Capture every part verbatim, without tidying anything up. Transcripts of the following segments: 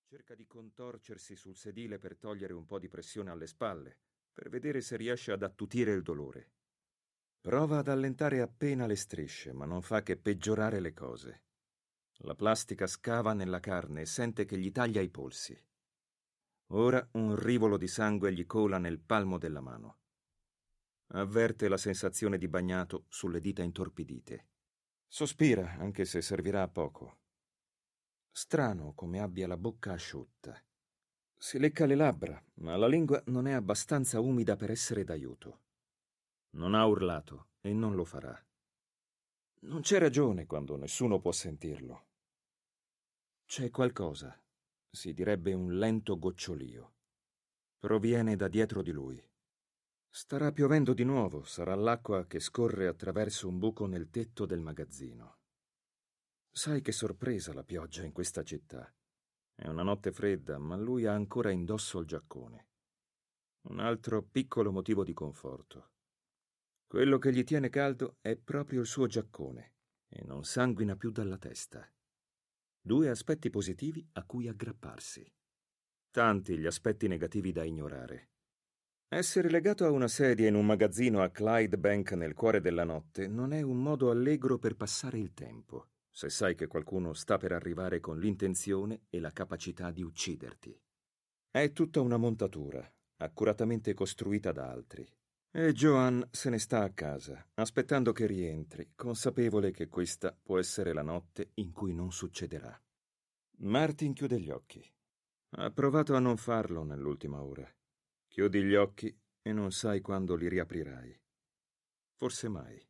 Cerca di contorcersi sul sedile per togliere un po' di pressione alle spalle, per vedere se riesce ad attutire il dolore. Prova ad allentare appena le strisce, ma non fa che peggiorare le cose. La plastica scava nella carne e sente che gli taglia i polsi. Ora un rivolo di sangue gli cola nel palmo della mano. Avverte la sensazione di bagnato sulle dita intorpidite. Sospira, anche se servirà a poco. Strano come abbia la bocca asciutta. Si lecca le labbra, ma la lingua non è abbastanza umida per essere d'aiuto. Non ha urlato e non lo farà. Non c'è ragione quando nessuno può sentirlo. C'è qualcosa, si direbbe un lento gocciolio. Proviene da dietro di lui. Starà piovendo di nuovo, sarà l'acqua che scorre attraverso un buco nel tetto del magazzino. Sai che sorpresa la pioggia in questa città. È una notte fredda, ma lui ha ancora indosso il giaccone. Un altro piccolo motivo di conforto. Quello che gli tiene caldo è proprio il suo giaccone e non sanguina più dalla testa. Due aspetti positivi a cui aggrapparsi. Tanti gli aspetti negativi da ignorare. Essere legato a una sedia in un magazzino a Clydebank nel cuore della notte non è un modo allegro per passare il tempo, se sai che qualcuno sta per arrivare con l'intenzione e la capacità di ucciderti. È tutta una montatura, accuratamente costruita da altri. E Joan se ne sta a casa, aspettando che rientri, consapevole che questa può essere la notte in cui non succederà. Martin chiude gli occhi. Ha provato a non farlo nell'ultima ora. Chiudi gli occhi e non sai quando li riaprirai. Forse mai.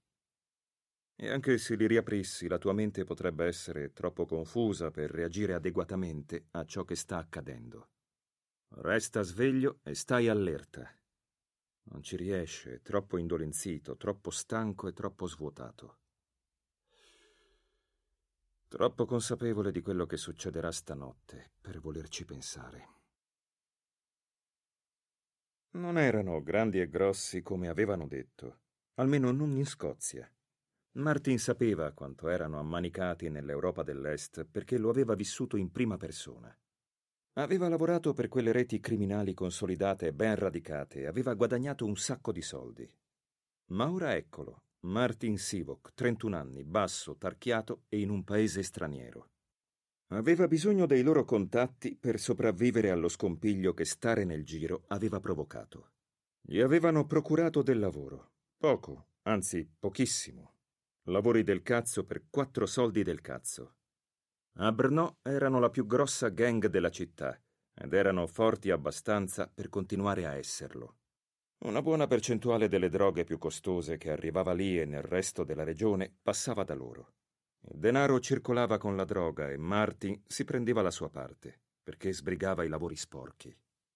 E anche se li riaprissi, la tua mente potrebbe essere troppo confusa per reagire adeguatamente a ciò che sta accadendo. Resta sveglio e stai allerta. Non ci riesce, è troppo indolenzito, troppo stanco e troppo svuotato. Troppo consapevole di quello che succederà stanotte per volerci pensare. Non erano grandi e grossi come avevano detto, almeno non in Scozia. Martin sapeva quanto erano ammanicati nell'Europa dell'Est perché lo aveva vissuto in prima persona. Aveva lavorato per quelle reti criminali consolidate e ben radicate e aveva guadagnato un sacco di soldi. Ma ora eccolo, Martin Sivok, trentuno anni, basso, tarchiato e in un paese straniero. Aveva bisogno dei loro contatti per sopravvivere allo scompiglio che stare nel giro aveva provocato. Gli avevano procurato del lavoro. Poco, anzi pochissimo. Lavori del cazzo per quattro soldi del cazzo. A Brno erano la più grossa gang della città ed erano forti abbastanza per continuare a esserlo. Una buona percentuale delle droghe più costose che arrivava lì e nel resto della regione passava da loro. Il denaro circolava con la droga e Martin si prendeva la sua parte, perché sbrigava i lavori sporchi.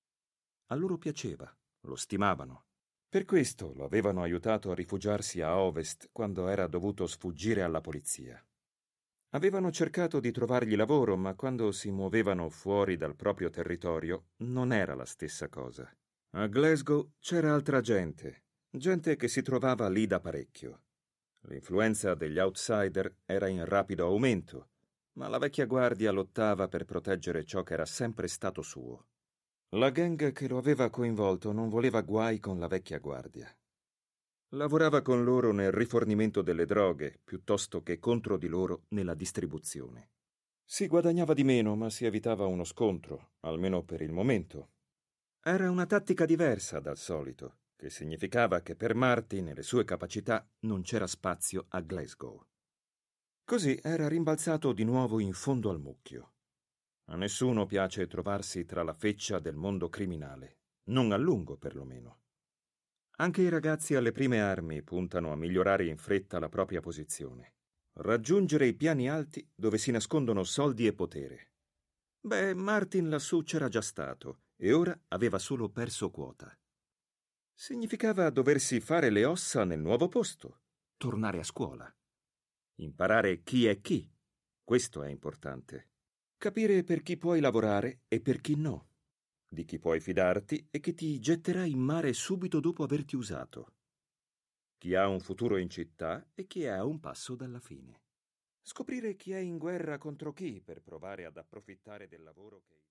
A loro piaceva, lo stimavano. Per questo lo avevano aiutato a rifugiarsi a Ovest quando era dovuto sfuggire alla polizia. Avevano cercato di trovargli lavoro, ma quando si muovevano fuori dal proprio territorio non era la stessa cosa. A Glasgow c'era altra gente, gente che si trovava lì da parecchio. L'influenza degli outsider era in rapido aumento, ma la vecchia guardia lottava per proteggere ciò che era sempre stato suo. La gang che lo aveva coinvolto non voleva guai con la vecchia guardia. Lavorava con loro nel rifornimento delle droghe, piuttosto che contro di loro nella distribuzione. Si guadagnava di meno, ma si evitava uno scontro, almeno per il momento. Era una tattica diversa dal solito, che significava che per Martin e le sue capacità non c'era spazio a Glasgow. Così era rimbalzato di nuovo in fondo al mucchio. A nessuno piace trovarsi tra la feccia del mondo criminale, non a lungo perlomeno. Anche i ragazzi alle prime armi puntano a migliorare in fretta la propria posizione. Raggiungere i piani alti dove si nascondono soldi e potere. Beh, Martin lassù c'era già stato e ora aveva solo perso quota. Significava doversi fare le ossa nel nuovo posto, tornare a scuola. Imparare chi è chi. Questo è importante. Capire per chi puoi lavorare e per chi no. Di chi puoi fidarti e che ti getterà in mare subito dopo averti usato. Chi ha un futuro in città e chi è a un passo dalla fine. Scoprire chi è in guerra contro chi per provare ad approfittare del lavoro che...